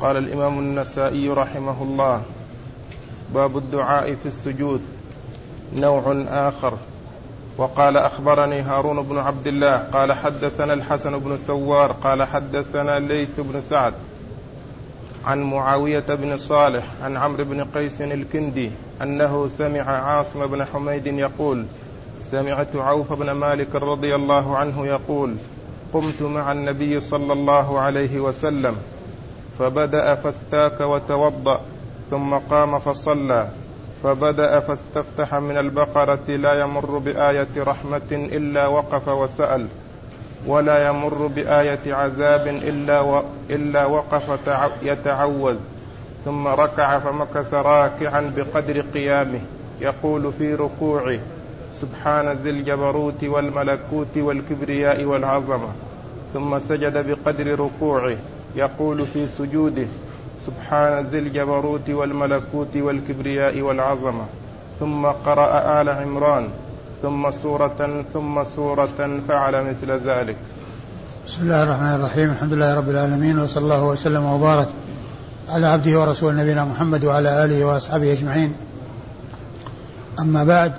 قال الإمام النسائي رحمه الله: باب الدعاء في السجود نوع آخر. وقال: أخبرني هارون بن عبد الله قال حدثنا الحسن بن سوار قال حدثنا ليث بن سعد عن معاوية بن صالح عن عمرو بن قيس الكندي أنه سمع عاصم بن حميد يقول: سمعت عوف بن مالك رضي الله عنه يقول: قمت مع النبي صلى الله عليه وسلم فبدأ فاستاك وتوضأ ثم قام فصلى، فبدأ فاستفتح من البقرة لا يمر بآية رحمة إلا وقف وسأل، ولا يمر بآية عذاب إلا وقف يتعوذ، ثم ركع فمكث راكعا بقدر قيامه يقول في ركوعه: سبحان ذي الجبروت والملكوت والكبرياء والعظمة، ثم سجد بقدر ركوعه يقول في سجوده: سبحان ذي الجبروت والملكوت والكبرياء والعظمة، ثم قرأ آل عمران ثم سورة فعل مثل ذلك. بسم الله الرحمن الرحيم. الحمد لله رب العالمين، وصلى الله وسلم وبارك على عبده ورسول نبينا محمد وعلى آله وأصحابه أجمعين. أما بعد،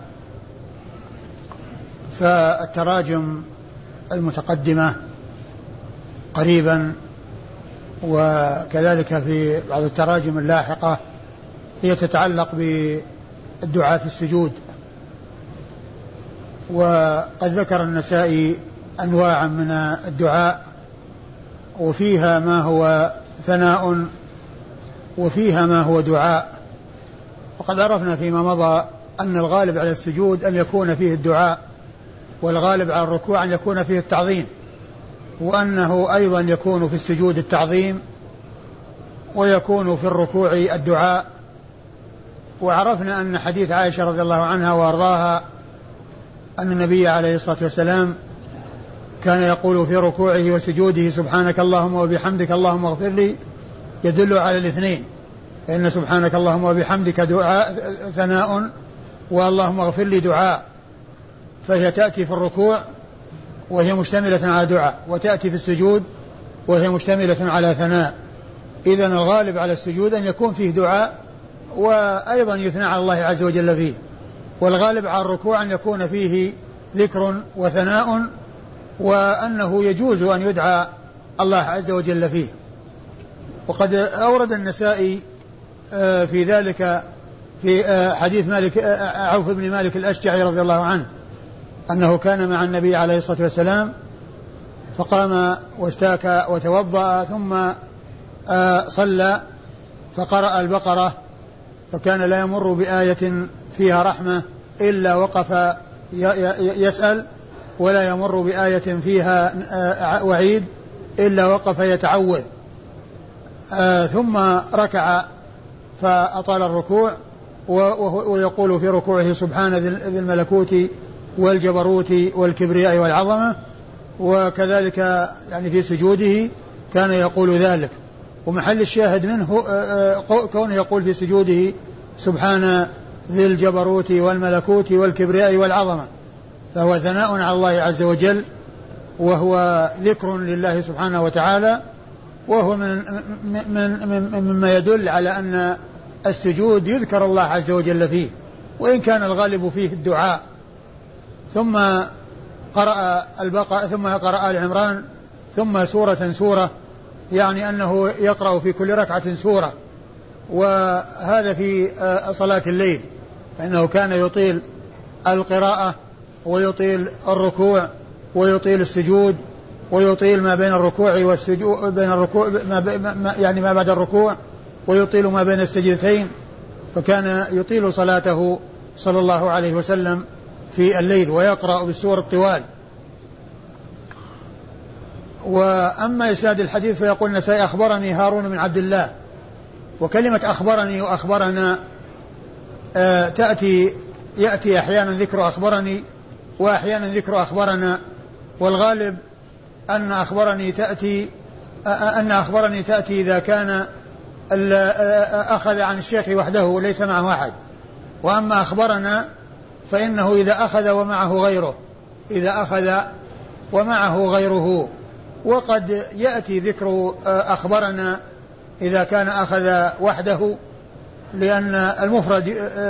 فالتراجم المتقدمة قريبا وكذلك في بعض التراجم اللاحقة هي تتعلق بالدعاء في السجود. وقد ذكر النسائي أنواعا من الدعاء، وفيها ما هو ثناء وفيها ما هو دعاء. وقد عرفنا فيما مضى أن الغالب على السجود أن يكون فيه الدعاء، والغالب على الركوع أن يكون فيه التعظيم، وأنه أيضا يكون في السجود التعظيم ويكون في الركوع الدعاء. وعرفنا أن حديث عائشة رضي الله عنها وأرضاها أن النبي عليه الصلاة والسلام كان يقول في ركوعه وسجوده: سبحانك اللهم وبحمدك اللهم اغفر لي، يدل على الاثنين، لأن سبحانك اللهم وبحمدك دعاء ثناء، واللهم اغفر لي دعاء، فهي تأتي في الركوع وهي مشتملة على دعاء، وتأتي في السجود وهي مشتملة على ثناء. إذن الغالب على السجود أن يكون فيه دعاء وأيضا يثنى على الله عز وجل فيه، والغالب على الركوع أن يكون فيه ذكر وثناء، وأنه يجوز أن يدعى الله عز وجل فيه. وقد أورد النسائي في ذلك في حديث عوف بن مالك الأشجعي رضي الله عنه أنه كان مع النبي عليه الصلاة والسلام فقام واستاك وتوضأ ثم صلى فقرأ البقرة، فكان لا يمر بآية فيها رحمة إلا وقف يسأل، ولا يمر بآية فيها وعيد إلا وقف يتعوذ، ثم ركع فأطال الركوع ويقول في ركوعه: سبحان ذي الملكوت والجبروت والكبرياء والعظمة. وكذلك يعني في سجوده كان يقول ذلك. ومحل الشاهد منه كونه يقول في سجوده: سبحان ذي الجبروت والملكوت والكبرياء والعظمة، فهو ثناء على الله عز وجل، وهو ذكر لله سبحانه وتعالى، وهو مما يدل على أن السجود يذكر الله عز وجل فيه، وإن كان الغالب فيه الدعاء. ثم قرأ البقرة ثم قرأ آل عمران ثم سورة، يعني أنه يقرأ في كل ركعة سورة، وهذا في صلاة الليل، فإنه كان يطيل القراءة ويطيل الركوع ويطيل السجود ويطيل ما بين الركوع والسجود، بين الركوع يعني ما بعد الركوع، ويطيل ما بين السجدتين، فكان يطيل صلاته صلى الله عليه وسلم في الليل ويقرأ بالسور الطوال. وأما إسناد الحديث فيقول النسائي: أخبرني هارون بن عبد الله. وكلمة أخبرني وأخبرنا يأتي أحيانا ذكر أخبرني وأحيانا ذكر أخبرنا، والغالب أن أخبرني تأتي إذا كان أخذ عن الشيخ وحده وليس معه أحد. وأما أخبرنا فإنه إذا أخذ ومعه غيره. وقد يأتي ذكر أخبرنا إذا كان أخذ وحده، لأن المفرد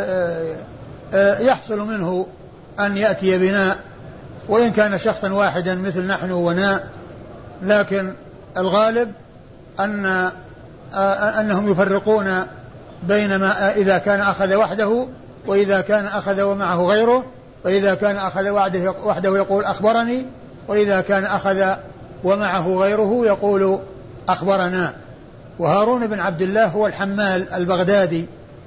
يحصل منه أن يأتي بناء وإن كان شخصا واحدا مثل نحن وناء، لكن الغالب أنهم يفرقون بين ما إذا كان أخذ وحده وإذا كان أخذ ومعه غيره، وإذا كان أخذ وحده يقول أخبرني، وإذا كان أخذ ومعه غيره يقول أخبرنا. وهارون بن عبد الله هو الحمال البغدادي،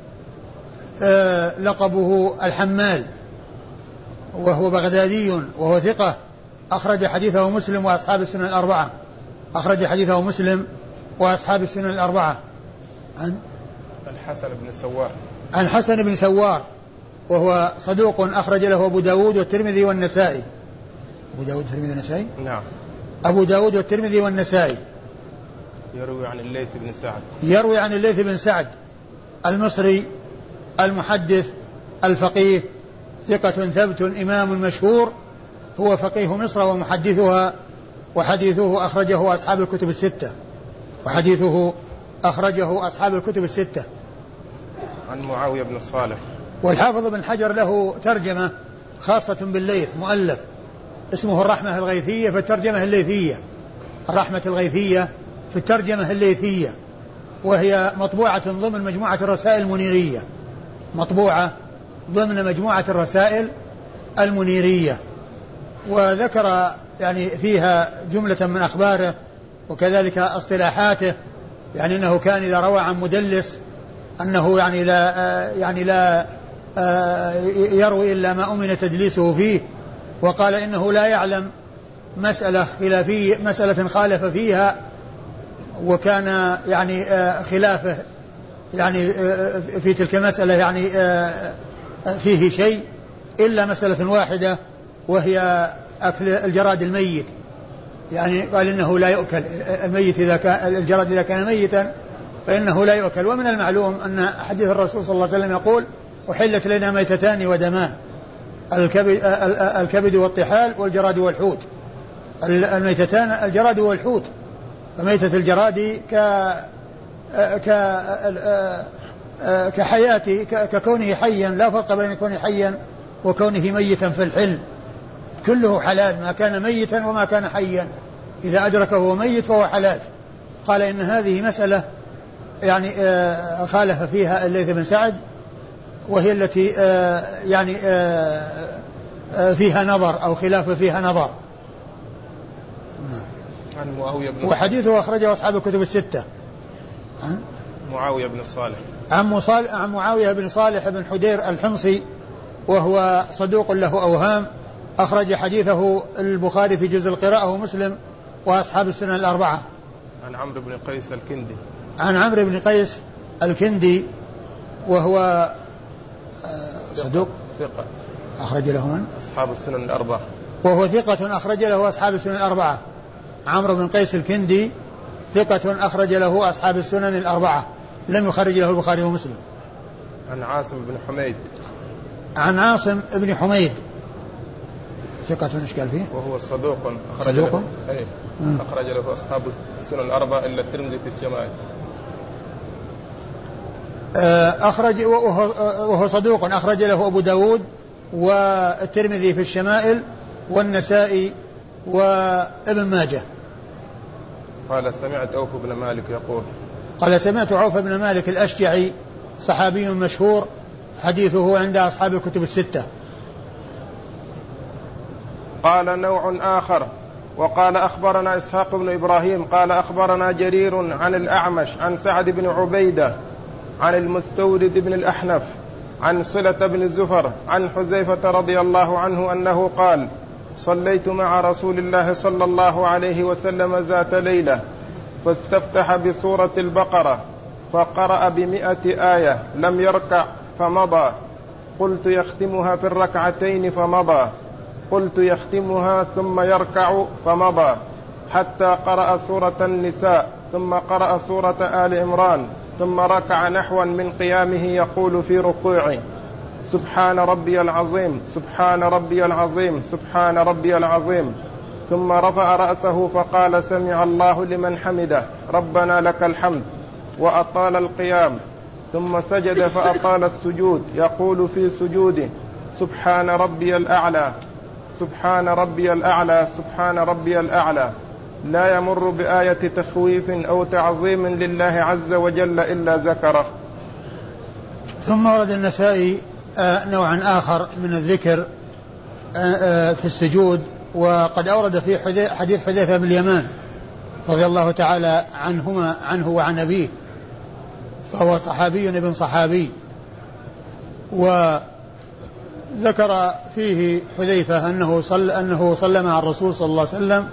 لقبه الحمال، وهو بغدادي وهو ثقة، أخرج حديثه مسلم وأصحاب السنن الأربعة. أخرج حديثه مسلم وأصحاب السنن الأربعة. عن الحسن بن سوار. عن حسن بن سوار وهو صدوق، أخرج له أبو داود والترمذي والنسائي. أبو داود والترمذي والنسائي. نعم. أبو داود والترمذي والنسائي. يروي عن الليث بن سعد. يروي عن الليث بن سعد المصري المحدث الفقيه، ثقة ثبت إمام مشهور، هو فقيه مصر ومحدثها، وحديثه أخرجه أصحاب الكتب الستة. وحديثه أخرجه أصحاب الكتب الستة. عن معاوية بن صالح. والحافظ بن حجر له ترجمة خاصة بالليث، مؤلف اسمه الرحمة الغيثية في الترجمة الليثية. الرحمة الغيثية في الترجمة الليثية، وهي مطبوعة ضمن مجموعة الرسائل المنيرية. مطبوعة ضمن مجموعة الرسائل المنيرية. وذكر يعني فيها جملة من أخباره وكذلك اصطلاحاته، يعني أنه كان إذا روى عن مدلس أنه يعني لا يروي إلا ما أمن تدليسه فيه. وقال إنه لا يعلم مسألة خلافية، مسألة خالف فيها وكان يعني خلافه يعني في تلك المسألة يعني فيه شيء، إلا مسألة واحدة وهي أكل الجراد الميت. يعني قال إنه لا يؤكل الميت إذا كان الجراد إذا كان ميتا فإنه لا يؤكل. ومن المعلوم أن حديث الرسول صلى الله عليه وسلم يقول: أحلت لنا ميتتان ودمان، الكبد والطحال والجراد والحوت. الميتتان الجراد والحوت، فميتة الجراد كحياته ككونه حيا، لا فرق بين كونه حيا وكونه ميتا في الحل، كله حلال ما كان ميتا وما كان حيا، إذا أدركه هو ميت فهو حلال. قال إن هذه مسألة يعني خالف فيها الليث بن سعد، وهي التي يعني فيها نظر أو خلاف فيها نظر. عن معاوية بن وحديثه أخرجه أصحاب الكتب الستة. عن معاوية بن صالح. عن معاوية بن صالح بن حدير الحمصي، وهو صدوق له أوهام، أخرج حديثه البخاري في جزء القراءة ومسلم وأصحاب السنن الأربعة. عن عمرو بن قيس الكندي. عن عمرو بن قيس الكندي وهو صدوق ثقة، أخرج له من؟ أصحاب السنن الأربعة. وهو ثقة أخرج له أصحاب السنن الأربعة. عمرو بن قيس الكندي ثقة أخرج له أصحاب السنن الأربعة، لم يخرج له البخاري ومسلم. عن عاصم بن حميد. عن عاصم بن حميد ثقة إشكال فيه، وهو صدوق أخرج له أصحاب السنن الأربعة إلا الترمذي في الشمائل. وهو صدوق أخرج له أبو داود والترمذي في الشمائل والنسائي وابن ماجه. قال سمعت عوف بن مالك يقول. قال سمعت عوف بن مالك الأشجعي، صحابي مشهور، حديثه عند أصحاب الكتب الستة. قال نوع آخر: وقال أخبرنا إسحاق بن إبراهيم قال أخبرنا جرير عن الأعمش عن سعد بن عبيدة عن المستورد بن الأحنف عن صلة بن الزفر عن حذيفة رضي الله عنه أنه قال: صليت مع رسول الله صلى الله عليه وسلم ذات ليلة فاستفتح بسورة البقرة فقرأ ب100 آية لم يركع فمضى. قلت: يختمها في الركعتين فمضى. قلت: يختمها ثم يركع فمضى، حتى قرأ سورة النساء ثم قرأ سورة آل عمران ثم ركع نحوا من قيامه يقول في ركوعه: سبحان ربي العظيم سبحان ربي العظيم سبحان ربي العظيم. ثم رفع رأسه فقال: سمع الله لمن حمده ربنا لك الحمد. وأطال القيام، ثم سجد فأطال السجود، يقول في سجوده: سبحان ربي الأعلى، سبحان ربي الأعلى، سبحان ربي الأعلى، لا يمر بآية تخويف أو تعظيم لله عز وجل إلا ذكره. ثم ورد النسائي نوعا آخر من الذكر في السجود، وقد أورد في حديث حذيفة بن اليمان رضي الله تعالى عنه وعن أبيه، فهو صحابي ابن صحابي. وذكر فيه حذيفة أنه صلى مع الرسول صلى الله عليه وسلم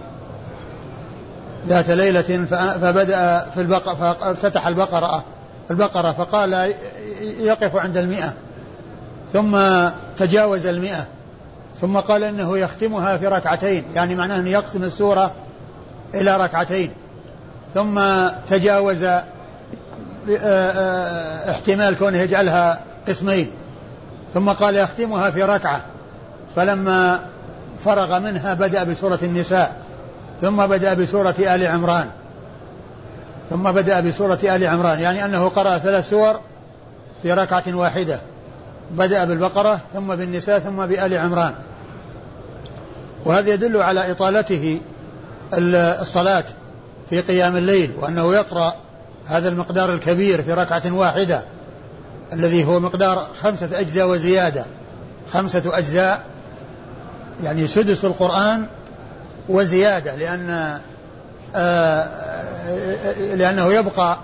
ذات ليلة، فبدأ في البقرة، فافتتح البقرة فقال يقف عند 100، ثم تجاوز 100، ثم قال إنه يختمها في ركعتين، يعني معناه أنه يقسم السورة إلى ركعتين، ثم تجاوز احتمال كونه يجعلها قسمين، ثم قال يختمها في ركعة، فلما فرغ منها بدأ بسورة النساء، ثم بدأ بسورة آل عمران، يعني أنه قرأ 3 سور في ركعة واحدة، بدأ بالبقرة ثم بالنساء ثم بآل عمران. وهذا يدل على إطالته الصلاة في قيام الليل، وأنه يقرأ هذا المقدار الكبير في ركعة واحدة الذي هو مقدار 5 أجزاء وزيادة، 5 أجزاء يعني سدس القرآن وزيادة، لأنه يبقى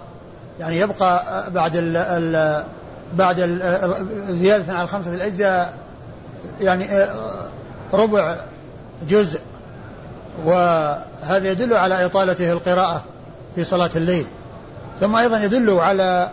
بعد زيادة على 5 الأجزاء يعني ربع جزء، وهذا يدل على إطالته القراءة في صلاة الليل. ثم أيضا يدل على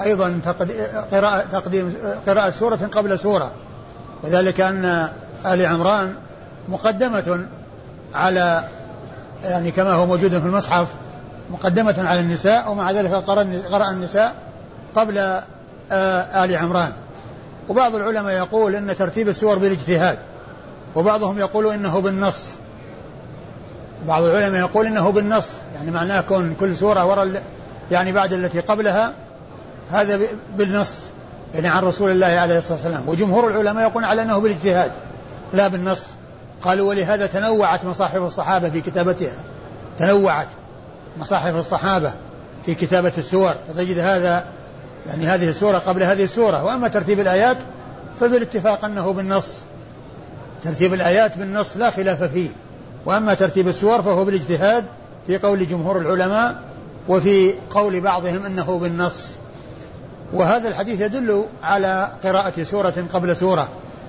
تقديم قراءة سورة قبل سورة، وذلك أن آل عمران مقدمة على، يعني كما هو موجود في المصحف، مقدمة على النساء، ومع ذلك قرأ النساء قبل آل عمران. وبعض العلماء يقول إن ترتيب السور بالاجتهاد، وبعضهم يقول إنه بالنص. بعض العلماء يقول إنه بالنص، يعني معناه كل سورة يعني بعد التي قبلها، هذا بالنص يعني عن رسول الله عليه الصلاة والسلام. وجمهور العلماء يقول على أنه بالاجتهاد لا بالنص. قالوا ولهذا تنوعت مصاحف الصحابة في كتابتها، تنوعت مصاحف الصحابة في كتابة السور، فتجد هذا يعني هذه السورة قبل هذه السورة. وأما ترتيب الآيات فبالاتفاق أنه بالنص، ترتيب الآيات بالنص لا خلاف فيه. وأما ترتيب السور فهو بالاجتهاد في قول جمهور العلماء، وفي قول بعضهم أنه بالنص. وهذا الحديث يدل على قراءة سورة قبل سورة،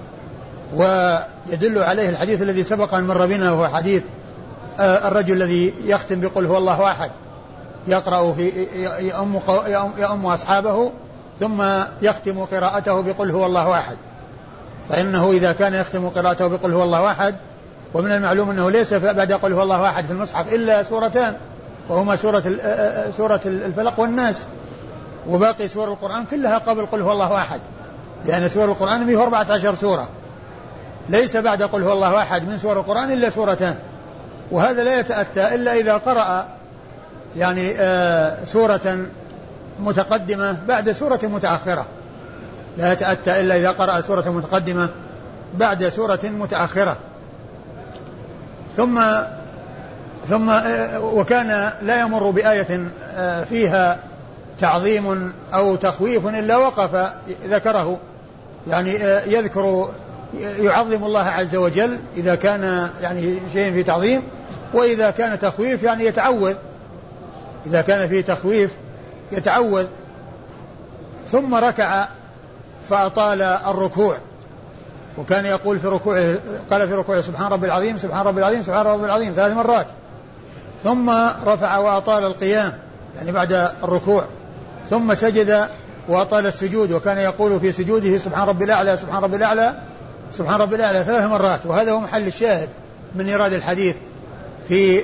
ويدل عليه الحديث الذي سبق أن مر بنا، وهو حديث الرجل الذي يختم بقل هو الله أحد، يقرأ في يأم أصحابه ثم يختم قراءته بقل هو الله أحد. فإنه إذا كان يختم قراءته بقل هو الله أحد، ومن المعلوم أنه ليس بعد قل هو الله أحد في المصحف إلا سورتان، وهما سورة الفلق والناس، وباقي سور القرآن كلها قبل قل هو الله أحد، لأن سور القرآن فيه 14 سورة، ليس بعد قل هو الله أحد من سور القرآن إلا سورتان. وهذا لا يتأتى إلا إذا قرأ يعني سورة متقدمة بعد سورة متأخرة، لا يتأتى إلا إذا قرأ سورة متقدمة بعد سورة متأخرة. ثم وكان لا يمر بآية فيها تعظيم أو تخويف إلا وقف ذكره، يعني يعظم الله عز وجل إذا كان يعني شيء في تعظيم، وإذا كان تخويف يعني يتعوذ، إذا كان فيه تخويف يتعوذ. ثم ركع فأطال الركوع، وكان يقول في ركوعه، قال في ركوعه سبحان ربي العظيم، سبحان ربي العظيم، سبحان ربي العظيم 3 مرات. ثم رفع وأطال القيام يعني بعد الركوع، ثم سجد وأطال السجود، وكان يقول في سجوده سبحان ربي الأعلى، سبحان ربي الأعلى، سبحان ربي الأعلى 3 مرات. وهذا هو محل الشاهد من إيراد الحديث في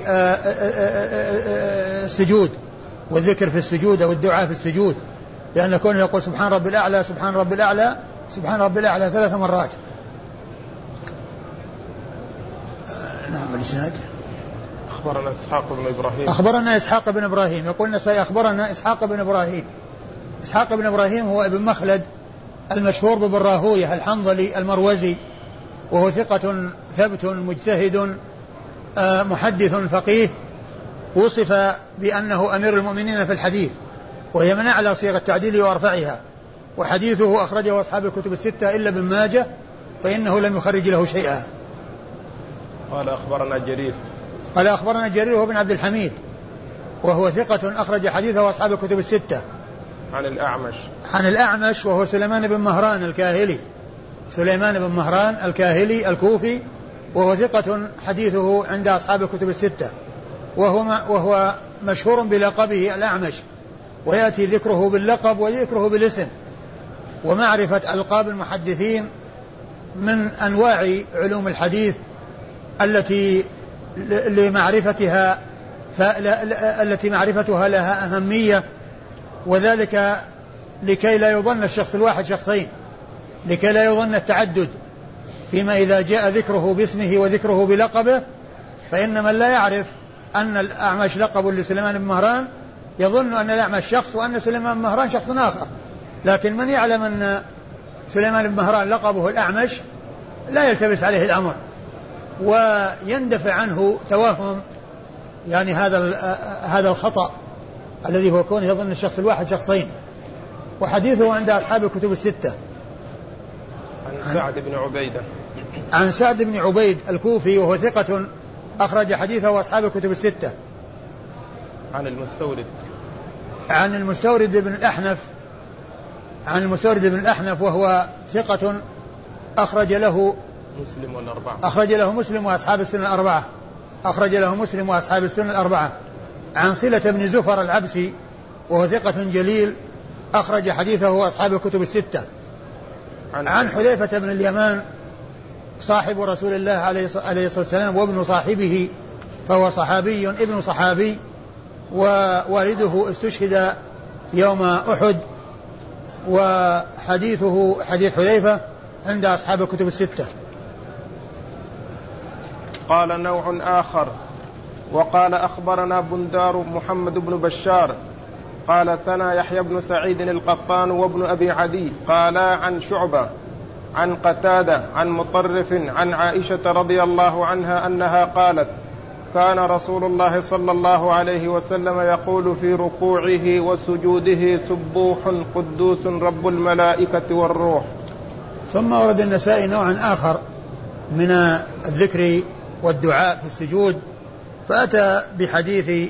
السجود والذكر في السجود أو الدعاء في السجود، لأن كونه يقول سبحان ربي الأعلى، سبحان ربي الأعلى، سبحان ربي الأعلى 3 مرات. نعم. الإسناد أخبرنا إسحاق بن إبراهيم يقول النسائي أخبرنا إسحاق بن إبراهيم. إسحاق بن إبراهيم هو ابن مخلد المشهور بابن راهويه الحنظلي المروزي، وهو ثقة ثبت مجتهد محدث فقيه، وصف بأنه أمير المؤمنين في الحديث، وهي من أعلى صيغ التعديل وأرفعها، وحديثه أخرجه أصحاب الكتب الستة إلا ابن ماجه فإنه لم يخرج له شيئا. قال أخبرنا جرير هو بن عبد الحميد، وهو ثقة أخرج حديثه أصحاب الكتب الستة. عن الأعمش وهو سليمان بن مهران الكاهلي الكوفي، وهو ثقة حديثه عند أصحاب الكتب الستة، وهو مشهور بلقبه الأعمش، ويأتي ذكره باللقب وذكره بالاسم. ومعرفة ألقاب المحدثين من أنواع علوم الحديث التي معرفتها لها أهمية، وذلك لكي لا يظن الشخص الواحد شخصين، لكي لا يظن التعدد فيما إذا جاء ذكره باسمه وذكره بلقبه، فإن من لا يعرف أن الأعمش لقب لسليمان بن مهران يظن أن الأعمش شخص وأن سليمان بن مهران شخص آخر. لكن من يعلم أن سليمان بن مهران لقبه الأعمش لا يلتبس عليه الأمر ويندفع عنه توهم يعني هذا الخطأ الذي هو كونه يظن الشخص الواحد شخصين. وحديثه عند أصحاب الكتب الستة. عن سعد بن عبيد الكوفي، وهو ثقة أخرج حديثه أصحاب الكتب الستة. عن المستورد بن الأحنف وهو ثقة أخرج له مسلم وأصحاب السنن الأربعة. عن صلة بن زفر العبسي، وهو ثقة جليل أخرج حديثه أصحاب الكتب الستة. عن حذيفة بن اليمان صاحب رسول الله عليه الصلاة والسلام وابن صاحبه، فهو صحابي ابن صحابي، ووالده استشهد يوم أحد، وحديثه حديث حذيفة عند أصحاب الكتب الستة. قال نوع آخر وقال أخبرنا بندار محمد بن بشار قال ثنى يحيى بن سعيد القطان وابن أبي عدي قالا عن شعبة عن قتادة عن مطرف عن عائشة رضي الله عنها أنها قالت كان رسول الله صلى الله عليه وسلم يقول في ركوعه وسجوده سبوح قدوس رب الملائكة والروح. ثم ورد النسائي نوعا آخر من الذكر والدعاء في السجود، فأتى بحديث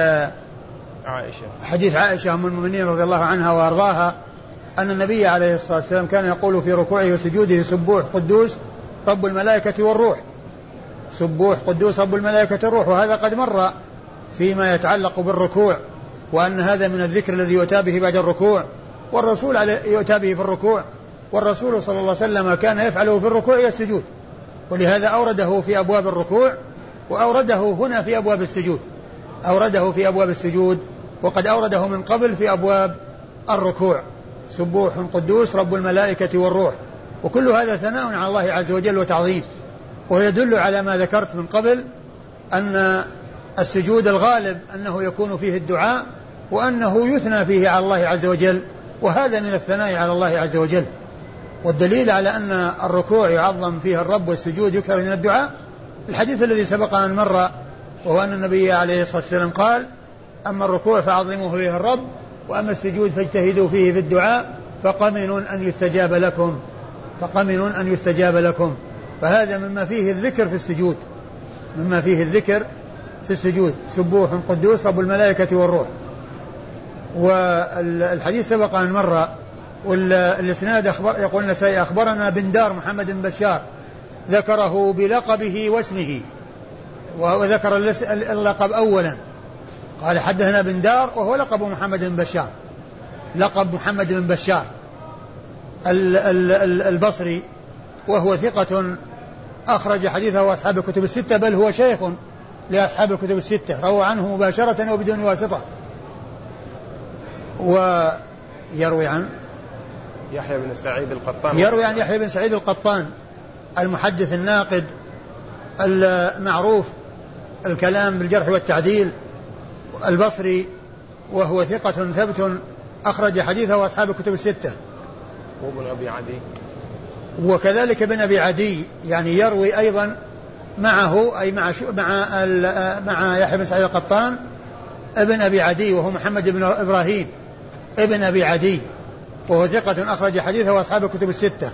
حديث عائشة أم المؤمنين رضي الله عنها وأرضاها أن النبي عليه الصلاة والسلام كان يقول في ركوعه وسجوده سبوح قدوس رب الملائكة والروح، سبوح قدوس رب الملائكة والروح. وهذا قد مر فيما يتعلق بالركوع، وأن هذا من الذكر الذي يؤتى به بعد الركوع، والرسول يؤتى به في الركوع، والرسول صلى الله عليه وسلم كان يفعله في الركوع والسجود، ولهذا أورده في أبواب الركوع وأورده هنا في أبواب السجود، أورده في أبواب السجود وقد أورده من قبل في أبواب الركوع، سبوح قدوس رب الملائكة والروح. وكل هذا ثناء على الله عز وجل وتعظيم، ويدل على ما ذكرت من قبل أن السجود الغالب أنه يكون فيه الدعاء، وأنه يثنى فيه على الله عز وجل، وهذا من الثناء على الله عز وجل. والدليل على أن الركوع يعظم فيه الرب والسجود يكثر من الدعاء الحديث الذي سبق أن مر، وهو أن النبي عليه الصلاة والسلام قال أما الركوع فعظموه فيه الرب، وأما السجود فاجتهدوا فيه في الدعاء فقمن أن يستجاب لكم. فهذا مما فيه الذكر في السجود، سبوح قدوس رب الملائكة والروح. والحديث سبق أن مر. والإسناد يقول النسائي أخبرنا بندار محمد بن بشار، ذكره بلقبه واسمه، وذكر اللقب أولا، قال حدثنا بندار وهو لقب محمد بن بشار، لقب محمد بن بشار البصري، وهو ثقة أخرج حديثه أصحاب الكتب الستة، بل هو شيخ لأصحاب الكتب الستة، روى عنه مباشرة وبدون واسطة. ويروي عن يحيى بن سعيد القطان المحدث الناقد المعروف الكلام بالجرح والتعديل. البصري وهو ثقة ثبت أخرج حديثه أصحاب الكتب الستة. وابن أبي عدي وكذلك ابن أبي عدي يعني يروي أيضا معه أي مع يحيى بن سعيد القطان ابن أبي عدي وهو محمد بن إبراهيم ابن أبي عدي وهو ثقة أخرج حديثه أصحاب الكتب الستة.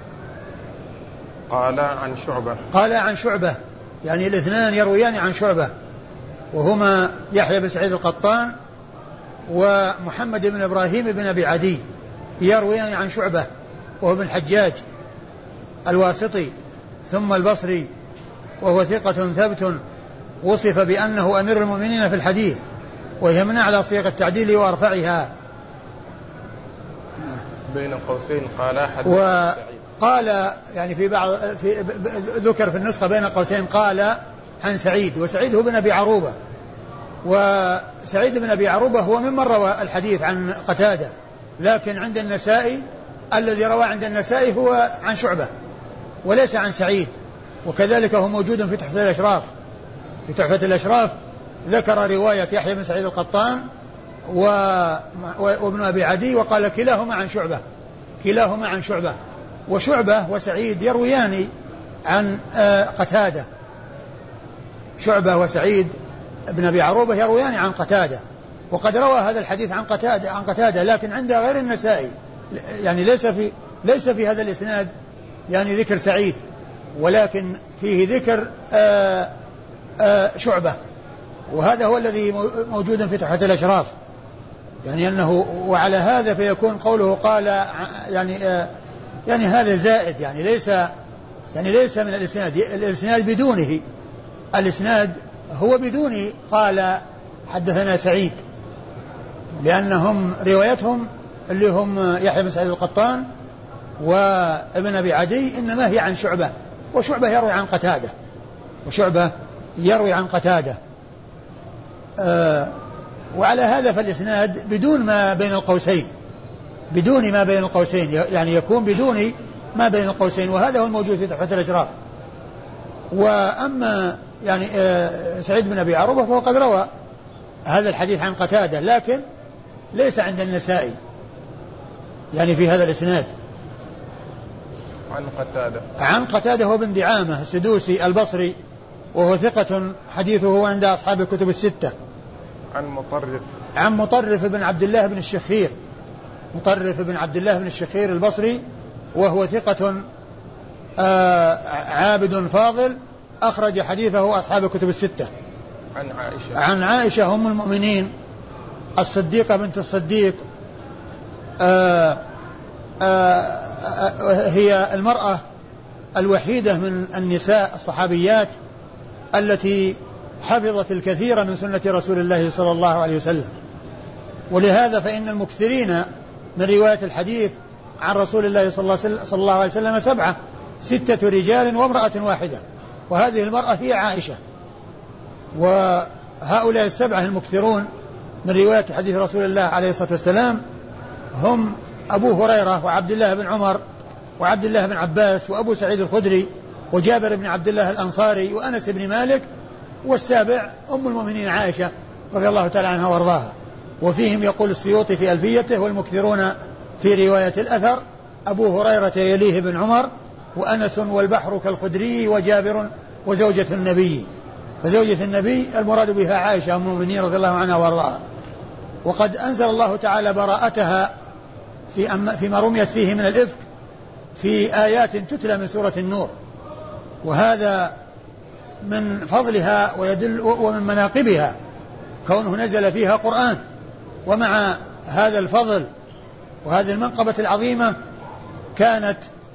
قال عن شعبة يعني الاثنان يرويان عن شعبة وهما يحيى بن سعيد القطان ومحمد بن إبراهيم بن أبي عدي يرويان عن شعبة وهو ابن الحجاج الواسطي ثم البصري وهو ثقة ثبت وصف بأنه أمير المؤمنين في الحديث وهي من أعلى صيغ التعديل وأرفعها. بين قوسين قال يعني في بعض ذكر في النسخة بين قوسين قال عن سعيد وسعيد هو بن أبي عروبة وسعيد بن أبي عروبة هو ممن روى الحديث عن قتادة لكن عند النسائي الذي روى عند النسائي هو عن شعبة وليس عن سعيد. وكذلك هو موجود في تحفة الأشراف. في تحفة الأشراف ذكر رواية يحيى بن سعيد القطان وابن أبي عدي وقال كلاهما عن شعبة وشعبة وسعيد يرويان عن قتادة. شعبة وسعيد بن أبي عروبة يرويان عن قتادة وقد روى هذا الحديث عن قتادة لكن عند غير النسائي يعني ليس في هذا الإسناد يعني ذكر سعيد ولكن فيه ذكر شعبة وهذا هو الذي موجود في تحفة الأشراف يعني أنه وعلى هذا فيكون قوله قال يعني هذا زائد يعني ليس من الإسناد بدونه. الإسناد هو بدون قال حدثنا سعيد لأنهم روايتهم اللي هم يحيى بن سعيد القطان وابن أبي عدي إنما هي عن شعبة وشعبة يروي عن قتادة وعلى هذا فالإسناد بدون ما بين القوسين يعني يكون بدون ما بين القوسين وهذا هو الموجود في تحفة الأشراف. وأما يعني سعيد بن أبي عروبة فهو قد روى هذا الحديث عن قتادة لكن ليس عند النسائي يعني في هذا الإسناد. عن قتادة هو بن دعامة السدوسي البصري وهو ثقة حديثه عند أصحاب الكتب الستة. عن مطرف بن عبد الله بن الشخير البصري وهو ثقة عابد فاضل أخرج حديثه أصحاب الكتب الستة. عن عائشة أم المؤمنين الصديقة بنت الصديق هي المرأة الوحيدة من النساء الصحابيات التي حفظت الكثير من سنة رسول الله صلى الله عليه وسلم ولهذا فإن المكثرين من رواية الحديث عن رسول الله صلى الله عليه وسلم 6 رجال وامرأة واحدة وهذه المرأة هي عائشة. وهؤلاء 7 المكثرون من رواية حديث رسول الله عليه الصلاة والسلام هم أبو هريرة وعبد الله بن عمر وعبد الله بن عباس وأبو سعيد الخدري وجابر بن عبد الله الأنصاري وأنس بن مالك والسابع أم المؤمنين عائشة رضي الله تعالى عنها وارضاها. وفيهم يقول السيوطي في ألفيته والمكثرون في رواية الأثر أبو هريرة يليه بن عمر وأنس والبحر كالخدري وجابر وزوجة النبي. فزوجة النبي المراد بها عائشة أم المؤمنين رضي الله عنها وارضاها. وقد أنزل الله تعالى براءتها فيما رميت فيه من الإفك في آيات تتلى من سورة النور وهذا من فضلها ويدل ومن مناقبها كونه نزل فيها قرآن. ومع هذا الفضل وهذه المنقبة العظيمة كانت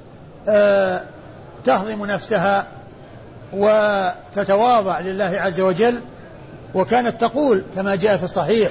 تهضم نفسها وتتواضع لله عز وجل وكانت تقول كما جاء في الصحيح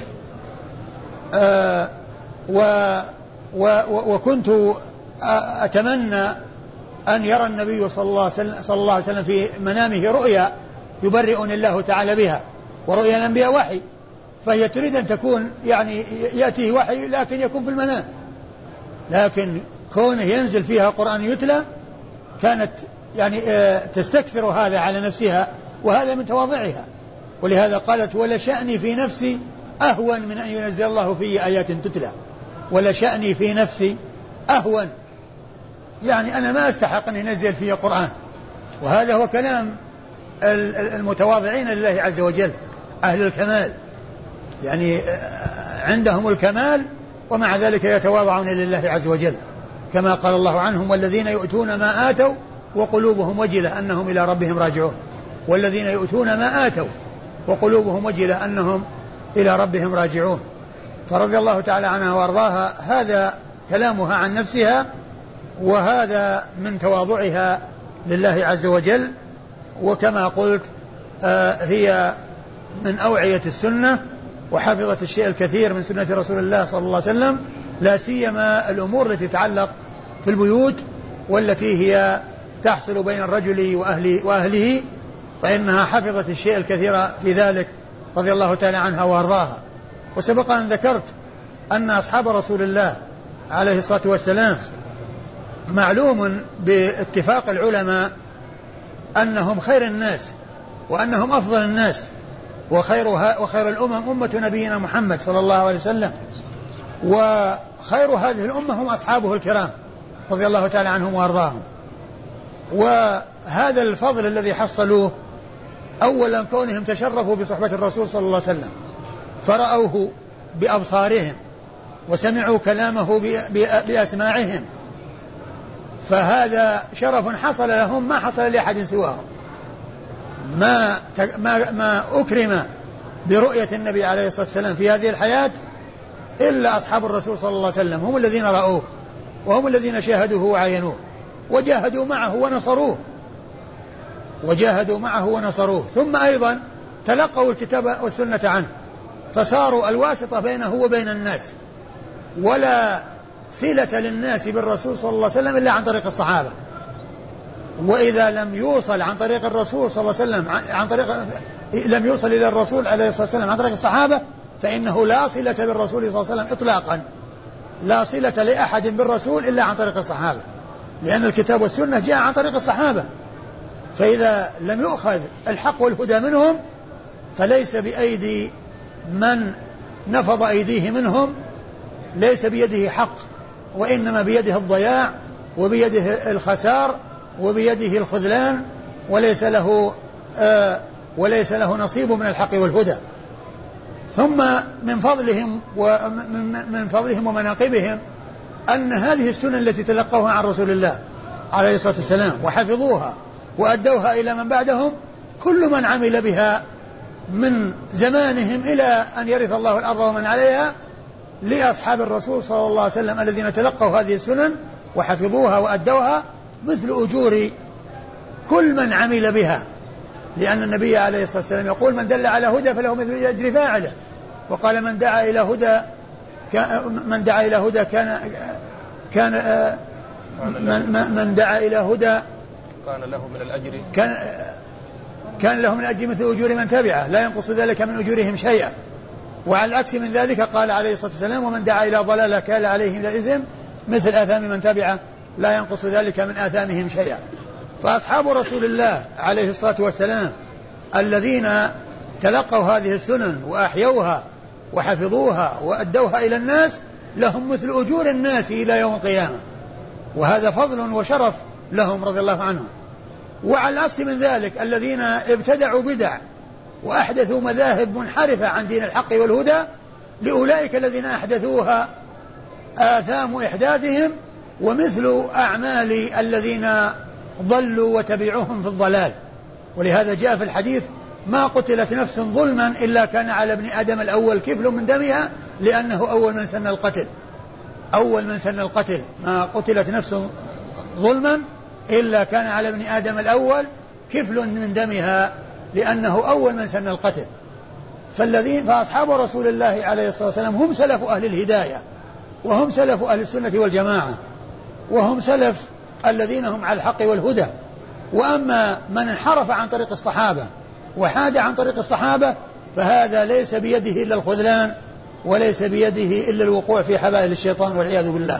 وكنت أتمنى أن يرى النبي صلى الله عليه وسلم في منامه رؤيا يبرئني الله تعالى بها ورؤيا الأنبياء وحي فهي تريد أن تكون يعني يأتيه وحي لكن يكون في المنام لكن كونه ينزل فيها قرآن يتلى كانت يعني تستكثر هذا على نفسها وهذا من تواضعها ولهذا قالت ولشأني في نفسي أهون من أن ينزل الله في آيات تتلى. ولشأني في نفسي أهون، يعني أنا ما أستحق أن ينزل في قرآن. وهذا هو كلام المتواضعين لله عز وجل، أهل الكمال، يعني عندهم الكمال ومع ذلك يتواضعون لله عز وجل، كما قال الله عنهم والذين يؤتون ما آتوا وقلوبهم وجلة أنهم إلى ربهم راجعون. والذين يؤتون ما آتوا وقلوبهم وجلة أنهم إلى ربهم راجعون. فرضي الله تعالى عنها وارضاها، هذا كلامها عن نفسها، وهذا من تواضعها لله عز وجل. وكما قلت هي من أوعية السنة، وحفظت الشيء الكثير من سنة رسول الله صلى الله عليه وسلم، لا سيما الأمور التي تتعلق في البيوت والتي هي تحصل بين الرجل وأهله، فإنها حفظت الشيء الكثير في ذلك رضي الله تعالى عنها وارضاها. وسبق أن ذكرت أن أصحاب رسول الله عليه الصلاة والسلام معلوم باتفاق العلماء أنهم خير الناس، وأنهم أفضل الناس، وخير الأمم أمة نبينا محمد صلى الله عليه وسلم، وخير هذه الأمة هم أصحابه الكرام رضي الله تعالى عنهم وأرضاهم. وهذا الفضل الذي حصلوه أولا كونهم تشرفوا بصحبة الرسول صلى الله عليه وسلم، فرأوه بأبصارهم وسمعوا كلامه بأسماعهم، فهذا شرف حصل لهم ما حصل لأحد سواهم. ما أكرم برؤية النبي عليه الصلاة والسلام في هذه الحياة إلا أصحاب الرسول صلى الله عليه وسلم، هم الذين رأوه وهم الذين شاهدوه وعاينوه وجاهدوا معه ونصروه. ثم أيضا تلقوا الكتاب والسنة عنه، فصاروا الواسطة بينه وبين الناس، ولا صلة للناس بالرسول صلى الله عليه وسلم إلا عن طريق الصحابة. وإذا لم يوصل عن طريق الرسول صلى الله عليه وسلم لم يوصل إلى الرسول عليه الصلاة والسلام عن طريق الصحابة، فإنه لا صلة بالرسول صلى الله عليه وسلم إطلاقا، لا صلة لأحد بالرسول إلا عن طريق الصحابة، لأن الكتاب والسنة جاء عن طريق الصحابة. فإذا لم يؤخذ الحق والهدى منهم فليس بأيدي من نفض أيديه منهم، ليس بيده حق، وإنما بيده الضياع وبيده الخسار وبيده الخذلان، وليس له نصيب من الحق والهدى. ثم من فضلهم ومناقبهم أن هذه السنن التي تلقوها عن رسول الله عليه الصلاة والسلام وحفظوها وأدوها إلى من بعدهم، كل من عمل بها من زمانهم إلى أن يرث الله الأرض ومن عليها لأصحاب الرسول صلى الله عليه وسلم الذين تلقوا هذه السنن وحفظوها وأدوها مثل أجور كل من عمل بها، لأن النبي عليه الصلاة والسلام يقول من دل على هدى فله مثل أجر فاعله، وقال من دعا إلى هدى من دعا إلى هدى كان له من الأجر كان له من الأجر مثل أجور من تبعه لا ينقص ذلك من أجورهم شيئا. وعلى العكس من ذلك قال عليه الصلاة والسلام ومن دعا إلى ضلالة كان عليه من الإثم مثل آثام من تبعه لا ينقص ذلك من آثامهم شيئا. فأصحاب رسول الله عليه الصلاة والسلام الذين تلقوا هذه السنن وأحيوها وحفظوها وأدوها إلى الناس لهم مثل أجور الناس إلى يوم القيامة، وهذا فضل وشرف لهم رضي الله عنهم. وعلى العكس من ذلك الذين ابتدعوا بدع وأحدثوا مذاهب منحرفة عن دين الحق والهدى، لأولئك الذين أحدثوها آثام إحداثهم ومثل أعمال الذين ضلوا وتبعوهم في الضلال. ولهذا جاء في الحديث ما قتلت نفس ظلما إلا كان على ابن آدم الأول كفل من دمها، لأنه أول من سن القتل ما قتلت نفس ظلما إلا كان على ابن آدم الأول كفل من دمها، لأنه أول من سن القتل. فأصحاب رسول الله عليه الصلاة والسلام هم سلف أهل الهداية، وهم سلف أهل السنة والجماعة، وهم سلف الذين هم على الحق والهدى. وأما من انحرف عن طريق الصحابة وحاد عن طريق الصحابة فهذا ليس بيده إلا الخذلان، وليس بيده إلا الوقوع في حبائل الشيطان والعياذ بالله.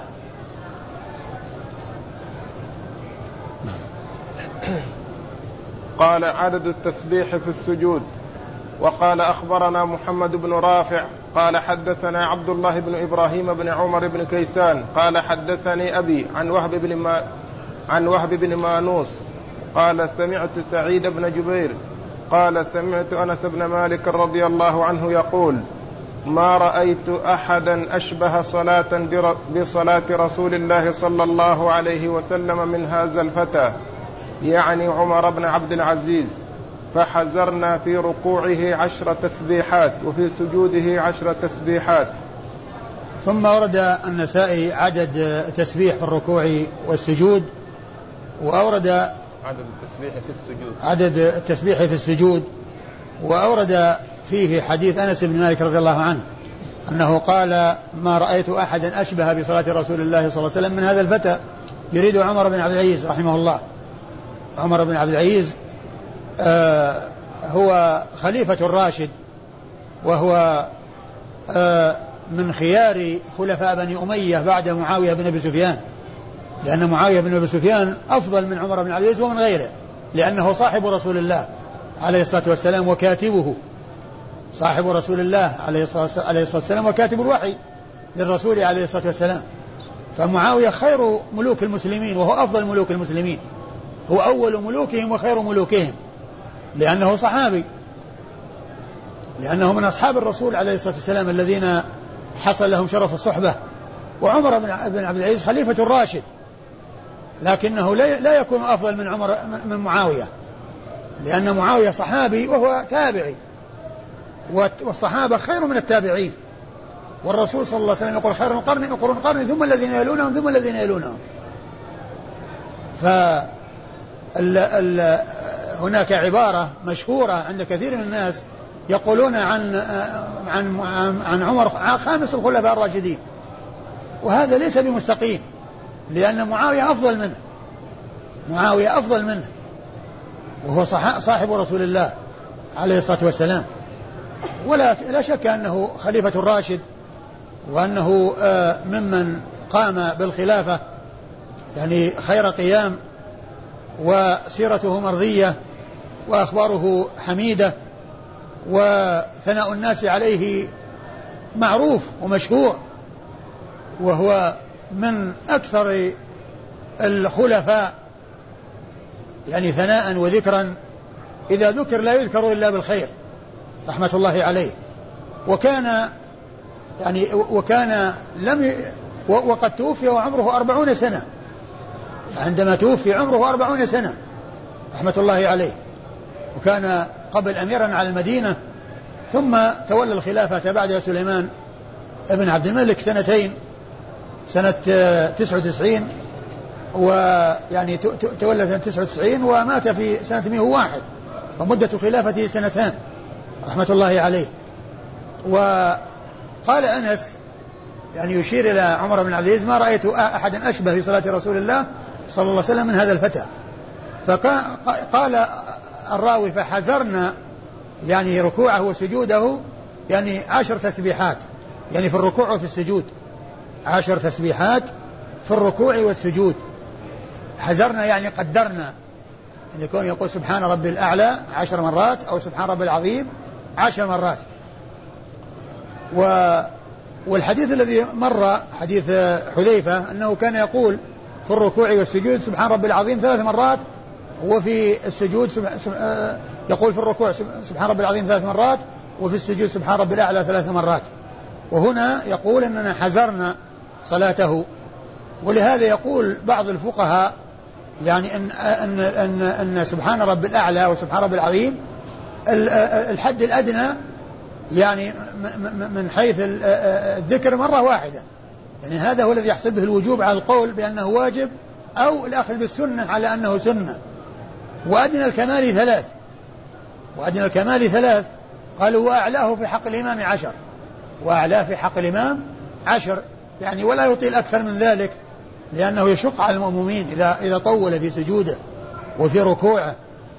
قال عدد التسبيح في السجود وقال أخبرنا محمد بن رافع قال حدثنا عبد الله بن إبراهيم بن عمر بن كيسان قال حدثني أبي عن وهب بن مانوس قال سمعت سعيد بن جبير قال سمعت أنس بن مالك رضي الله عنه يقول ما رأيت أحدا أشبه صلاة بصلاة رسول الله صلى الله عليه وسلم من هذا الفتى، يعني عمر بن عبد العزيز، فحزرنا في ركوعه 10 تسبيحات وفي سجوده 10 تسبيحات. ثم ورد النسائي عدد تسبيح في الركوع والسجود، وأورد عدد التسبيح في السجود، وأورد فيه حديث أنس بن مالك رضي الله عنه أنه قال ما رأيت أحدا أشبه بصلاة رسول الله صلى الله عليه وسلم من هذا الفتى، يريد عمر بن عبد العزيز رحمه الله. عمر بن عبد العزيز هو خليفة الراشد، وهو من خيار خلفاء بني أمية بعد معاوية بن أبي سفيان، لأن معاوية بن أبي سفيان أفضل من عمر بن عبد العزيز ومن غيره، لأنه صاحب رسول الله عليه الصلاة والسلام وكاتبه، صاحب رسول الله عليه الصلاة والسلام وكاتب الوحي للرسول عليه الصلاة والسلام. فمعاوية خير ملوك المسلمين وهو أفضل ملوك المسلمين، هو أول ملوكهم وخير ملوكهم، لأنه صحابي، لأنه من أصحاب الرسول عليه الصلاة والسلام الذين حصل لهم شرف الصحبة. وعمر بن عبد العزيز خليفة الراشد، لكنه لا يكون أفضل من معاوية، لأن معاوية صحابي وهو تابعي، والصحابة خير من التابعين، والرسول صلى الله عليه وسلم يقول خير القرون قرني ثم الذين يلونهم ثم الذين يلونهم. هناك عبارة مشهورة عند كثير من الناس يقولون عن عمر خامس الخلفاء الراشدين، وهذا ليس بمستقيم، لأن معاوية أفضل منه وهو صاحب رسول الله عليه الصلاة والسلام. ولا شك أنه خليفة الراشد، وأنه ممن قام بالخلافة يعني خير قيام، وسيرته مرضية وأخباره حميدة، وثناء الناس عليه معروف ومشهور، وهو من أكثر الخلفاء يعني ثناء وذكرا، إذا ذكر لا يذكر إلا بالخير رحمة الله عليه. وقد توفي وعمره 40 سنة، عندما توفي عمره 40 سنة رحمة الله عليه، وكان قبل أميرا على المدينة، ثم تولى الخلافة بعد سليمان ابن عبد الملك سنة 99، ويعني تولى سنة 99 ومات في سنة 101، ومدة خلافته 2 سنين رحمة الله عليه. وقال أنس يعني يشير إلى عمر بن عبد العزيز ما رأيت أحدا أشبه بصلاة رسول الله صلى الله عليه وسلم من هذا الفتى. فقال الراوي فحذرنا يعني ركوعه وسجوده يعني 10 تسبيحات، يعني في الركوع وفي السجود 10 تسبيحات في الركوع والسجود. حذرنا يعني قدرنا، أن يكون يقول سبحان ربي الأعلى 10 مرات أو سبحان ربي العظيم 10 مرات. والحديث الذي مر حديث حذيفة أنه كان يقول في الركوع والسجود سبحان ربي العظيم 3 مرات، وفي السجود يقول في الركوع سبحان ربي العظيم 3 مرات، وفي السجود سبحان ربي الأعلى 3 مرات. وهنا يقول أننا حذرنا صلاته. ولهذا يقول بعض الفقهاء يعني أن سبحان ربي الأعلى وسبحان ربي العظيم الحد الأدنى يعني من حيث الذكر مرة واحدة، يعني هذا هو الذي يحصل به الوجوب على القول بأنه واجب، أو الأخذ بالسنة على أنه سنة. وأدنى الكمال 3، وأدنى الكمال 3 قالوا وأعلاه في حق الإمام 10، وأعلاه في حق الإمام 10، يعني ولا يطيل أكثر من ذلك، لأنه يشق على المأمومين إذا طول في سجوده وفي ركوعه.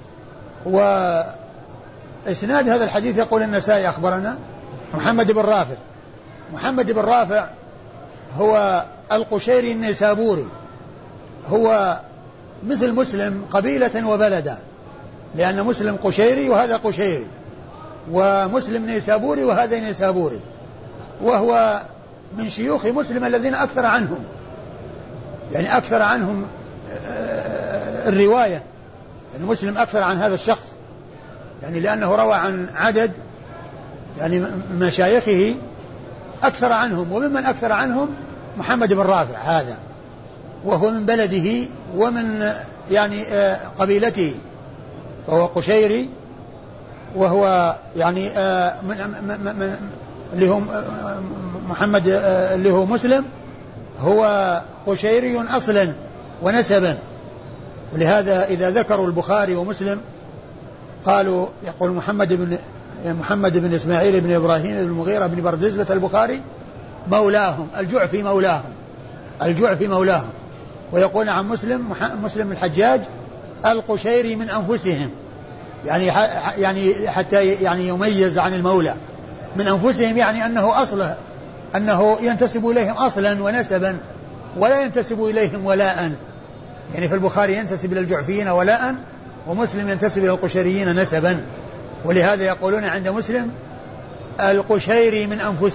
وإسناد هذا الحديث يقول النسائي أخبرنا محمد بن رافع. محمد بن رافع هو القشيري النيسابوري، هو مثل مسلم قبيلة وبلدا، لأن مسلم قشيري وهذا قشيري، ومسلم نيسابوري وهذا نيسابوري، وهو من شيوخ مسلم الذين أكثر عنهم، يعني أكثر عنهم الرواية، يعني مسلم أكثر عن هذا الشخص، يعني لأنه روى عن عدد يعني مشايخه أكثر عنهم. وممن أكثر عنهم محمد بن رافع هذا، وهو من بلده ومن يعني قبيلته، فهو قشيري، وهو يعني من اللي هو محمد اللي هو مسلم هو قشيري أصلا ونسبا. ولهذا إذا ذكروا البخاري ومسلم قالوا يقول محمد بن إسماعيل بن إبراهيم بن المغيرة بن بردزبة البخاري مولاهم، الجعفي مولاهم. ويقول عن مسلم الحجاج القشيري من أنفسهم، يعني حتى يعني يميز عن المولى من أنفسهم، يعني أنه أصله أنه ينتسب إليهم أصلا ونسبا ولا ينتسب إليهم ولاء. يعني في البخاري ينتسب إلى الجعفيين ولاء، ومسلم ينتسب إلى القشيريين نسبا. ولهذا يقولون عند مسلم القشيري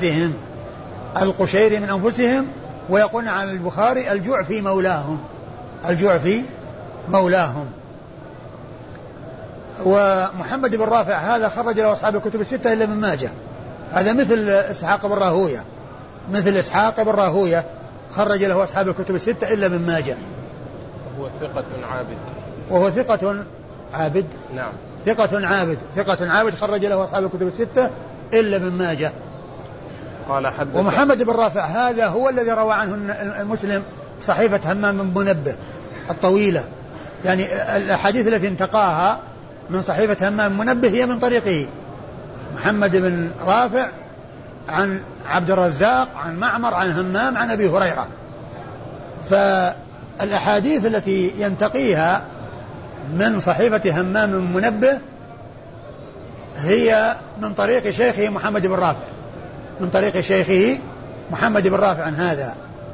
من أنفسهم، ويقولون عن البخاري الجعفي مولاهم. ومحمد بن رافع هذا خرج له أصحاب الكتب الستة إلا من ماجه. هذا مثل إسحاق بن راهوية خرج له أصحاب الكتب الستة إلا من ماجه. وهو ثقة عابد. نعم. ثقة عابد خرج له أصحاب الكتب الستة إلا من ماجه. ومحمد بن رافع هذا هو الذي روى عنه المسلم صحيفة همام بن منبه الطويلة، يعني الأحاديث التي انتقاها من صحيفة همام بن منبه هي من طريقه محمد بن رافع عن عبد الرزاق عن معمر عن همام عن أبي هريرة. فالأحاديث التي ينتقيها من صحيفة همام بن منبه هي من طريق شيخه محمد بن رافع عن هذا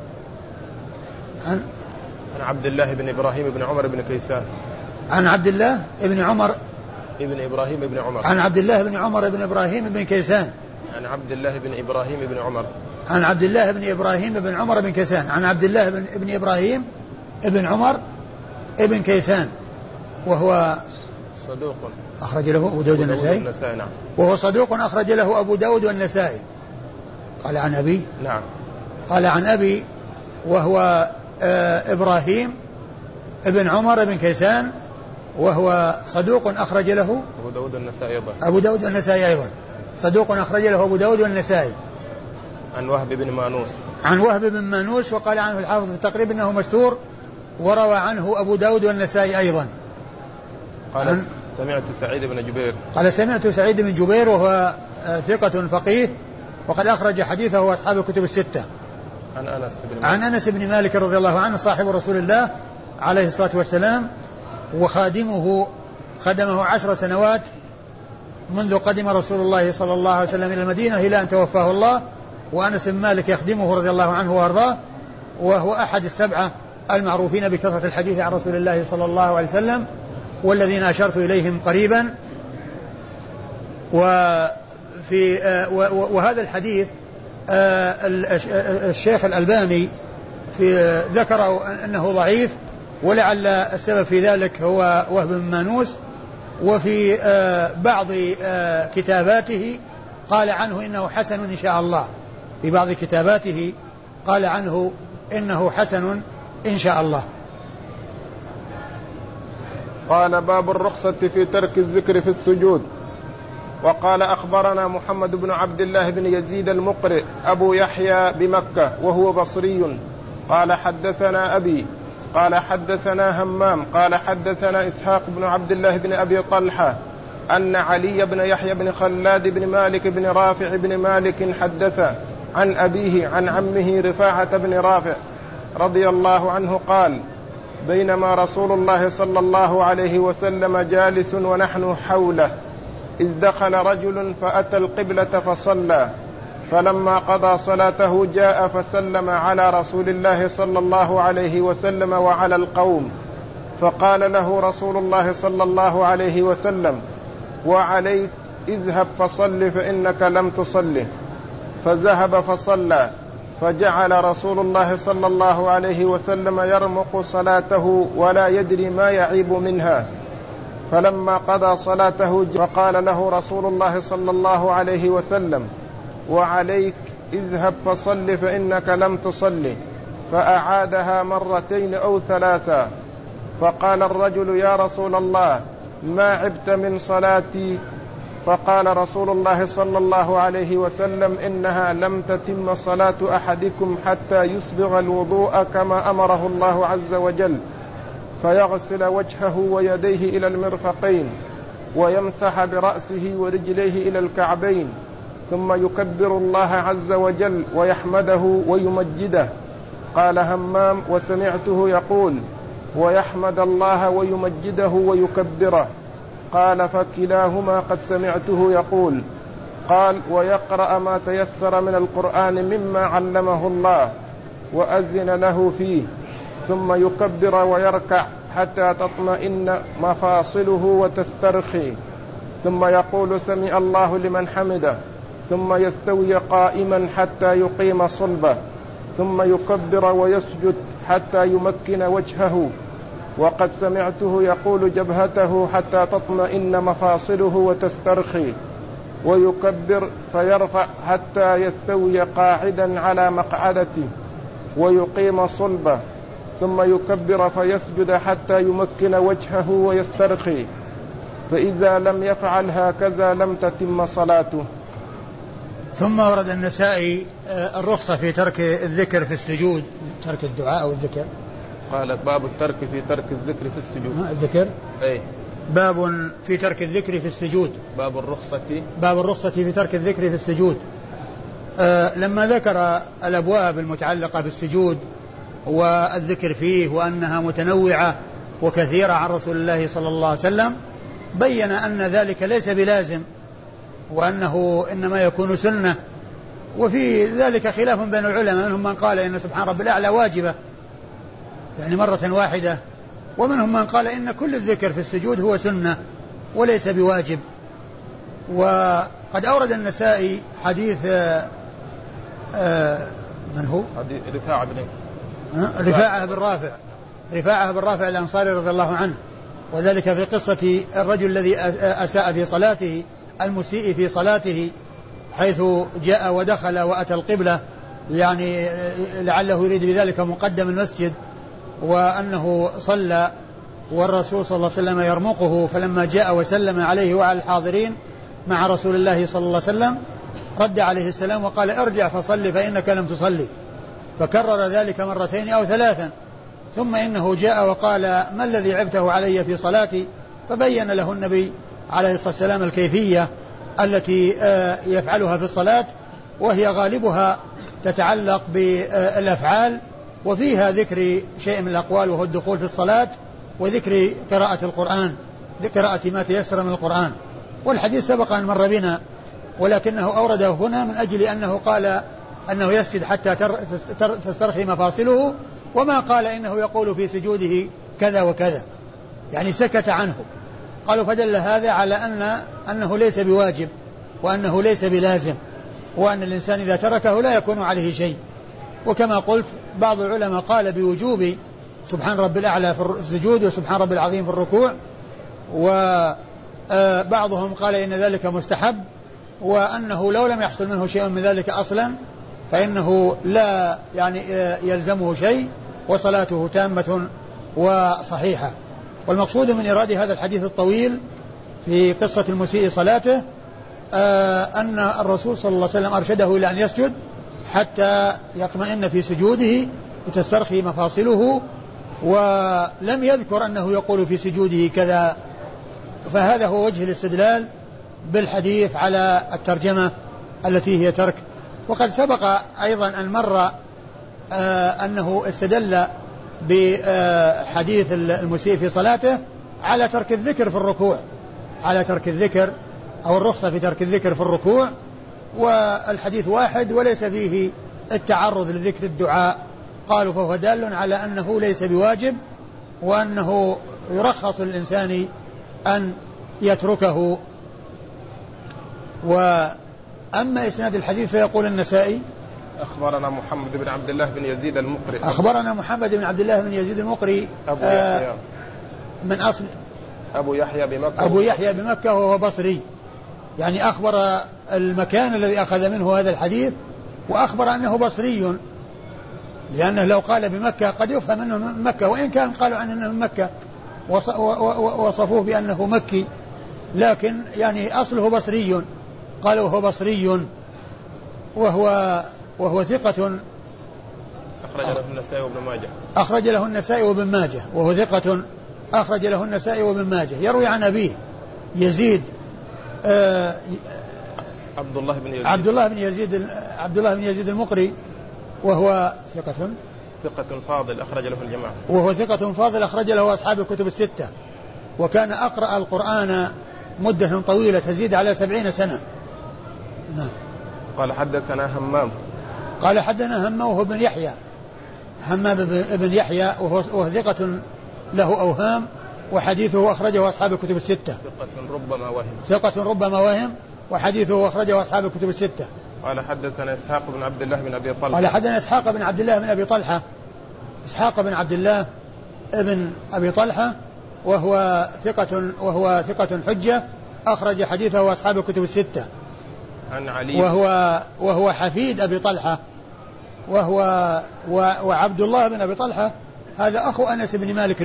عن عبد الله بن إبراهيم بن عمر بن كيسان عن عبد الله بن عمر ابن إبراهيم بن عمر عن عبد الله بن عمر بن إبراهيم بن كيسان عن عبد الله بن إبراهيم بن عمر عن عبد الله بن إبراهيم بن عمر بن كيسان عن عبد الله بن إبراهيم بن عمر بن كيسان، وهو صدوق أخرج له أبو داود والنسائي. نعم. وهو صدوق أخرج له أبو داود والنسائي. قال عن أبي. نعم. قال عن أبي وهو إبراهيم ابن عمر بن كيسان، وهو صدوق أخرج له أبو داود والنسائي أيضا. صدوق أخرج له أبو داود والنسائي. عن وهب بن مانوس. وقال عنه الحافظ في التقريب أنه مستور، وروى عنه أبو داود والنسائي أيضا. قال سمعت سعيد بن جبير وهو ثقة فقيه، وقد أخرج حديثه أصحاب الكتب الستة. عن أنس بن مالك رضي الله عنه صاحب رسول الله عليه الصلاة والسلام، وخدمه 10 سنوات منذ قدم رسول الله صلى الله عليه وسلم إلى المدينة إلى أن توفاه الله، وأنس بن مالك يخدمه رضي الله عنه وأرضاه، وهو أحد السبعة المعروفين بكثرة الحديث عن رسول الله صلى الله عليه وسلم، والذين أشرت إليهم قريبا. وهذا الحديث الشيخ الألباني ذكر أنه ضعيف، ولعل السبب في ذلك هو وهب بن مانوس. وفي بعض كتاباته قال عنه إنه حسن إن شاء الله، في بعض كتاباته قال عنه إنه حسن إن شاء الله. قال باب الرخصة في ترك الذكر في السجود. وقال أخبرنا محمد بن عبد الله بن يزيد المقرئ أبو يحيى بمكة وهو بصري قال حدثنا أبي قال حدثنا همام قال حدثنا إسحاق بن عبد الله بن أبي طلحة أن علي بن يحيى بن خلاد بن مالك بن رافع بن مالك حدث عن أبيه عن عمه رفاعة بن رافع رضي الله عنه قال بينما رسول الله صلى الله عليه وسلم جالس ونحن حوله إذ دخل رجل فأتى القبلة فصلى، فلما قضى صلاته جاء فسلم على رسول الله صلى الله عليه وسلم وعلى القوم، فقال له رسول الله صلى الله عليه وسلم اذهب فصل فإنك لم تصله، فذهب فصلى، فجعل رسول الله صلى الله عليه وسلم يرمق صلاته ولا يدري ما يعيب منها. فلما قضى صلاته وقال له رسول الله صلى الله عليه وسلم: وعليك، اذهب فصل فإنك لم تصل، فأعادها مرتين أو ثلاثا. فقال الرجل: يا رسول الله، ما عبت من صلاتي؟ فقال رسول الله صلى الله عليه وسلم: إنها لم تتم صلاة أحدكم حتى يسبغ الوضوء كما أمره الله عز وجل، فيغسل وجهه ويديه إلى المرفقين، ويمسح برأسه ورجليه إلى الكعبين، ثم يكبر الله عز وجل ويحمده ويمجده. قال همام: وسمعته يقول: ويحمد الله ويمجده ويكبره. قال: فكلاهما قد سمعته يقول. قال: ويقرأ ما تيسر من القرآن مما علمه الله وأذن له فيه، ثم يكبر ويركع حتى تطمئن مفاصله وتسترخي، ثم يقول: سمع الله لمن حمده، ثم يستوي قائما حتى يقيم صلبه، ثم يكبر ويسجد حتى يمكن وجهه، وقد سمعته يقول: جبهته حتى تطمئن مفاصله وتسترخي، ويكبر فيرفع حتى يستوي قاعدا على مقعدته ويقيم صلبه، ثم يكبر فيسجد حتى يمكن وجهه ويسترخي، فإذا لم يفعل هكذا لم تتم صلاته. ثم ورد النسائي الرخصة في ترك الذكر في السجود، ترك الدعاء أو الذكر. قال: باب الترك في ترك الذكر في السجود. الذكر أي باب في ترك الذكر في السجود. باب الرخصة في ترك الذكر في السجود. لما ذكر الأبواب المتعلقة بالسجود والذكر فيه وأنها متنوعة وكثيرة عن رسول الله صلى الله عليه وسلم، بين أن ذلك ليس بلازم، وأنه إنما يكون سنة. وفي ذلك خلاف بين العلماء، منهم من قال إن سبحان رب الأعلى واجبة يعني مرة واحدة، ومنهم من قال إن كل الذكر في السجود هو سنة وليس بواجب. وقد أورد النسائي حديث من هو؟ رفاعة بن رافع الأنصاري رضي الله عنه، وذلك في قصة الرجل الذي أساء في صلاته، المسيء في صلاته، حيث جاء ودخل وأتى القبلة، يعني لعله يريد بذلك مقدم المسجد، وأنه صلى والرسول صلى الله عليه وسلم يرمقه، فلما جاء وسلم عليه وعلى الحاضرين مع رسول الله صلى الله عليه وسلم رد عليه السلام وقال: ارجع فصل فإنك لم تصلي، فكرر ذلك مرتين أو ثلاثا، ثم إنه جاء وقال: ما الذي عبته علي في صلاتي؟ فبين له النبي عليه الصلاة والسلام الكيفية التي يفعلها في الصلاة، وهي غالبها تتعلق بالأفعال، وفيها ذكر شيء من الأقوال وهو الدخول في الصلاة، وذكر قراءة القرآن، قراءة ما تيسر من القرآن. والحديث سبق أن مر بنا، ولكنه أورده هنا من أجل أنه قال أنه يسجد حتى تسترخي مفاصله، وما قال إنه يقول في سجوده كذا وكذا، يعني سكت عنه. قالوا فدل هذا على أنه ليس بواجب، وأنه ليس بلازم، وأن الإنسان إذا تركه لا يكون عليه شيء. وكما قلت بعض العلماء قال بوجوب سبحان رب الأعلى في السجود وسبحان رب العظيم في الركوع، وبعضهم قال إن ذلك مستحب، وأنه لو لم يحصل منه شيء من ذلك أصلا فإنه لا يعني يلزمه شيء، وصلاته تامة وصحيحة. والمقصود من إراد هذا الحديث الطويل في قصة المسيء صلاته أن الرسول صلى الله عليه وسلم أرشده إلى أن يسجد حتى يطمئن في سجوده وتسترخي مفاصله، ولم يذكر أنه يقول في سجوده كذا. فهذا هو وجه الاستدلال بالحديث على الترجمة التي هي ترك. وقد سبق أيضا أن مر أنه استدل بحديث المسيء في صلاته على ترك الذكر في الركوع، على ترك الذكر أو الرخصة في ترك الذكر في الركوع، والحديث واحد وليس فيه التعرض لذكر الدعاء. قالوا فهو دال على أنه ليس بواجب، وأنه يرخص للإنسان أن يتركه. وأما إسناد الحديث فيقول النسائي أخبرنا محمد بن عبد الله بن يزيد المقري. أخبرنا محمد بن عبد الله بن يزيد المقري أبو يحيى من أصل أبو يحيى بمكة. أبو يحيى بمكة وهو بصري، يعني أخبر المكان الذي أخذ منه هذا الحديث، وأخبر أنه بصري، لأنه لو قال بمكة قد يفهم أنه من مكة، وإن كان قالوا عنه أنه من مكة وصفوه بأنه مكي، لكن يعني أصله بصري، قالوا هو بصري وهو ثقة. أخرج له النسائي وابن ماجه. أخرج له النسائي وابن ماجه، وهو ثقة أخرج له النسائي وابن ماجه. يروي عن أبيه يزيد عبد الله بن يزيد المقري، وهو ثقة فاضل أخرج له الجماعة. وهو ثقة فاضل أخرج له أصحاب الكتب الستة، وكان أقرأ القرآن مدة طويلة تزيد على 70 سنة. نعم. قال حدثنا همام. قال حدثنا همام وهو بن يحيى، همام بن يحيى وهو ثقة له أوهام، وحديثه أخرجه أصحاب الكتب الستة. ثقة ربما وهم، وحديثه أخرجه أصحاب الكتب الستة. قال حدثنا إسحاق بن عبد الله بن أبي طلحة. قال حدثنا إسحاق بن عبد الله بن أبي طلحة، إسحاق بن عبد الله ابن أبي طلحة، وهو ثقة حجة أخرج حديثه أصحاب الكتب الستة. عن علي. وهو حفيد أبي طلحة، وعبد الله بن أبي طلحة هذا أخو أنس بن مالك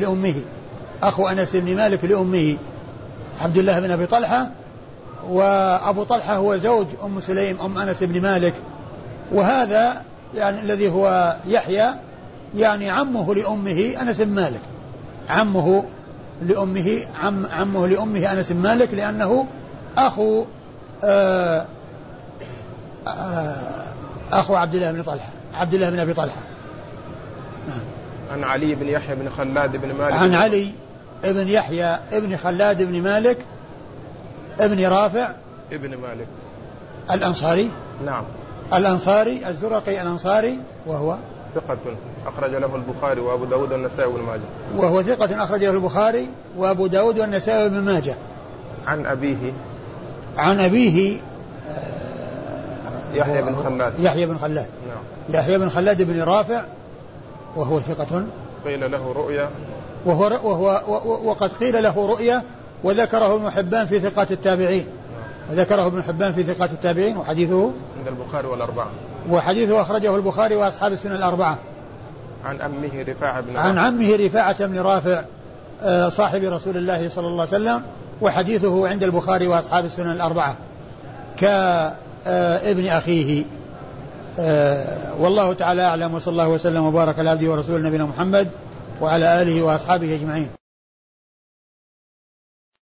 لأمه، عبد الله بن أبي طلحة، وأبو طلحة هو زوج أم سليم أم أنس بن مالك، وهذا يعني الذي هو يحيى يعني عمه لأمه أنس بن مالك، عمه لأمه أنس بن مالك، لأنه أخو عبد الله بن أبي طلحة. عن علي بن يحيى بن خلاد بن مالك. عن علي بن يحيى بن خلاد بن مالك ابن رافع ابن مالك الأنصاري. نعم. الأنصاري الزرقي الأنصاري، وهو ثقة أخرج له البخاري وأبو داود والنسائي وابن ماجه. وهو ثقة أخرج له البخاري وأبو داود والنسائي وابن ماجه. عن أبيه يحيى بن خلاد. نعم. يحيى بن خلاد بن رافع، وهو ثقة قيل له رؤيا، وقد قيل له رؤيا، وذكره ابن حبان في ثقات التابعين. وحديثه عند البخاري والأربعة. وحديثه أخرجه البخاري وأصحاب السنن الأربعة. عن عمه رفاعة بن رافع صاحب رسول الله صلى الله عليه وسلم، وحديثه عند البخاري وأصحاب السنن الأربعة كابن أخيه. والله تعالى أعلم، وصلى الله وسلم وبارك على عبده ورسوله نبينا محمد وعلى آله وأصحابه أجمعين.